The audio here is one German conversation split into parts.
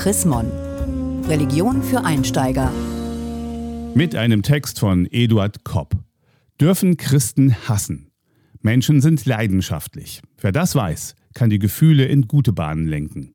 Chris Mon. Religion für Einsteiger. Mit einem Text von Eduard Kopp. Dürfen Christen hassen? Menschen sind leidenschaftlich. Wer das weiß, kann die Gefühle in gute Bahnen lenken.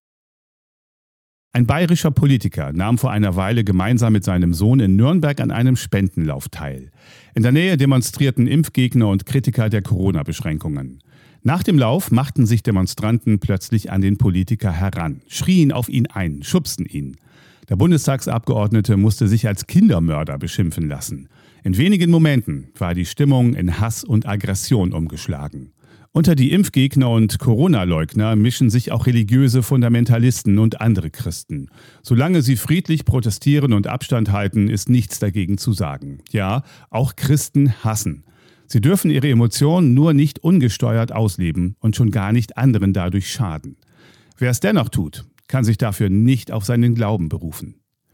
Ein bayerischer Politiker nahm vor einer Weile gemeinsam mit seinem Sohn in Nürnberg an einem Spendenlauf teil. In der Nähe demonstrierten Impfgegner und Kritiker der Corona-Beschränkungen. Nach dem Lauf machten sich Demonstranten plötzlich an den Politiker heran, schrien auf ihn ein, schubsten ihn. Der Bundestagsabgeordnete musste sich als Kindermörder beschimpfen lassen. In wenigen Momenten war die Stimmung in Hass und Aggression umgeschlagen. Unter die Impfgegner und Corona-Leugner mischen sich auch religiöse Fundamentalisten und andere Christen. Solange sie friedlich protestieren und Abstand halten, ist nichts dagegen zu sagen. Ja, auch Christen hassen. Sie dürfen ihre Emotionen nur nicht ungesteuert ausleben und schon gar nicht anderen dadurch schaden. Wer es dennoch tut, kann sich dafür nicht auf seinen Glauben berufen.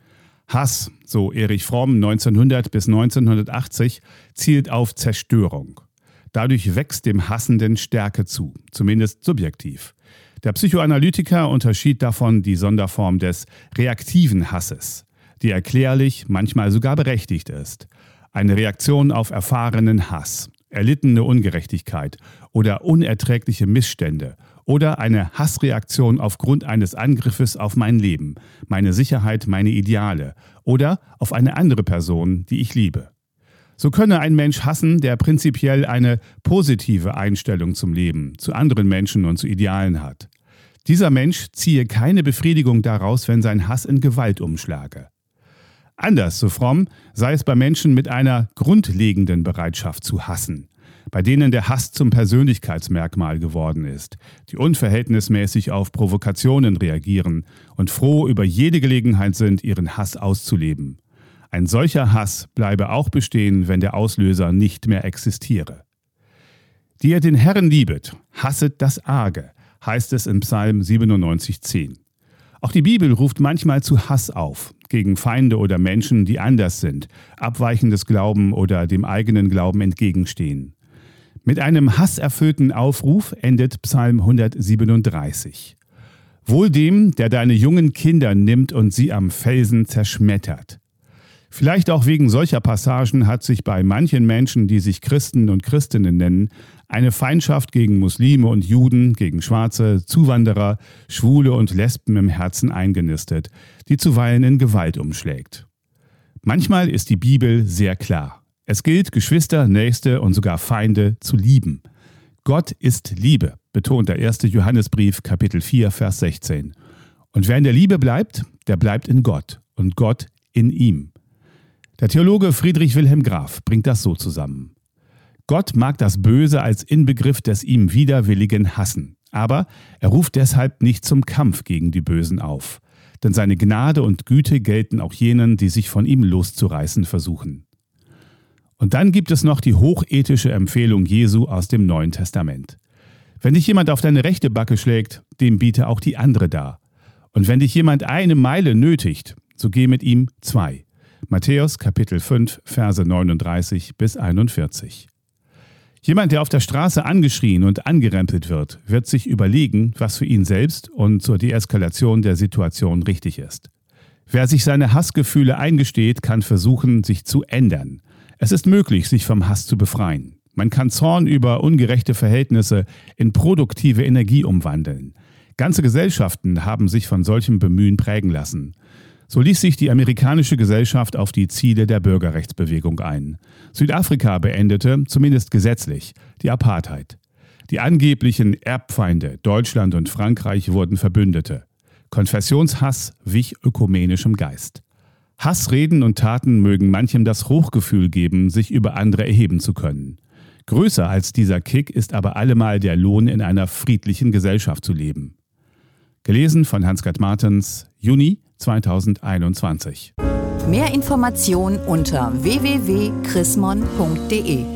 Hass, so Erich Fromm 1900 bis 1980, zielt auf Zerstörung. Dadurch wächst dem Hassenden Stärke zu, zumindest subjektiv. Der Psychoanalytiker unterschied davon die Sonderform des reaktiven Hasses, die erklärlich, manchmal sogar berechtigt ist. Eine Reaktion auf erfahrenen Hass, erlittene Ungerechtigkeit oder unerträgliche Missstände oder eine Hassreaktion aufgrund eines Angriffes auf mein Leben, meine Sicherheit, meine Ideale oder auf eine andere Person, die ich liebe. So könne ein Mensch hassen, der prinzipiell eine positive Einstellung zum Leben, zu anderen Menschen und zu Idealen hat. Dieser Mensch ziehe keine Befriedigung daraus, wenn sein Hass in Gewalt umschlage. Anders, so Fromm, sei es bei Menschen mit einer grundlegenden Bereitschaft zu hassen, bei denen der Hass zum Persönlichkeitsmerkmal geworden ist, die unverhältnismäßig auf Provokationen reagieren und froh über jede Gelegenheit sind, ihren Hass auszuleben. Ein solcher Hass bleibe auch bestehen, wenn der Auslöser nicht mehr existiere. Die ihr den Herrn liebet, hasset das Arge, heißt es in Psalm 97,10. Auch die Bibel ruft manchmal zu Hass auf, gegen Feinde oder Menschen, die anders sind, abweichendes Glauben oder dem eigenen Glauben entgegenstehen. Mit einem hasserfüllten Aufruf endet Psalm 137. Wohl dem, der deine jungen Kinder nimmt und sie am Felsen zerschmettert. Vielleicht auch wegen solcher Passagen hat sich bei manchen Menschen, die sich Christen und Christinnen nennen, eine Feindschaft gegen Muslime und Juden, gegen Schwarze, Zuwanderer, Schwule und Lesben im Herzen eingenistet, die zuweilen in Gewalt umschlägt. Manchmal ist die Bibel sehr klar. Es gilt, Geschwister, Nächste und sogar Feinde zu lieben. Gott ist Liebe, betont der 1. Johannesbrief, Kapitel 4, Vers 16. Und wer in der Liebe bleibt, der bleibt in Gott und Gott in ihm. Der Theologe Friedrich Wilhelm Graf bringt das so zusammen. Gott mag das Böse als Inbegriff des ihm Widerwilligen hassen, aber er ruft deshalb nicht zum Kampf gegen die Bösen auf. Denn seine Gnade und Güte gelten auch jenen, die sich von ihm loszureißen versuchen. Und dann gibt es noch die hochethische Empfehlung Jesu aus dem Neuen Testament. Wenn dich jemand auf deine rechte Backe schlägt, dem biete auch die andere dar. Und wenn dich jemand 1 Meile nötigt, so geh mit ihm 2. Matthäus Kapitel 5, Verse 39 bis 41. Jemand, der auf der Straße angeschrien und angerempelt wird sich überlegen, was für ihn selbst und zur Deeskalation der Situation richtig ist. Wer sich seine Hassgefühle eingesteht, kann versuchen, sich zu ändern. Es ist möglich, sich vom Hass zu befreien. Man kann Zorn über ungerechte Verhältnisse in produktive Energie umwandeln. Ganze Gesellschaften haben sich von solchem Bemühen prägen lassen. So ließ sich die amerikanische Gesellschaft auf die Ziele der Bürgerrechtsbewegung ein. Südafrika beendete, zumindest gesetzlich, die Apartheid. Die angeblichen Erbfeinde Deutschland und Frankreich wurden Verbündete. Konfessionshass wich ökumenischem Geist. Hassreden und Taten mögen manchem das Hochgefühl geben, sich über andere erheben zu können. Größer als dieser Kick ist aber allemal der Lohn, in einer friedlichen Gesellschaft zu leben. Gelesen von Hans-Gerd Martens, Juni 2021. Mehr Informationen unter www.chrismon.de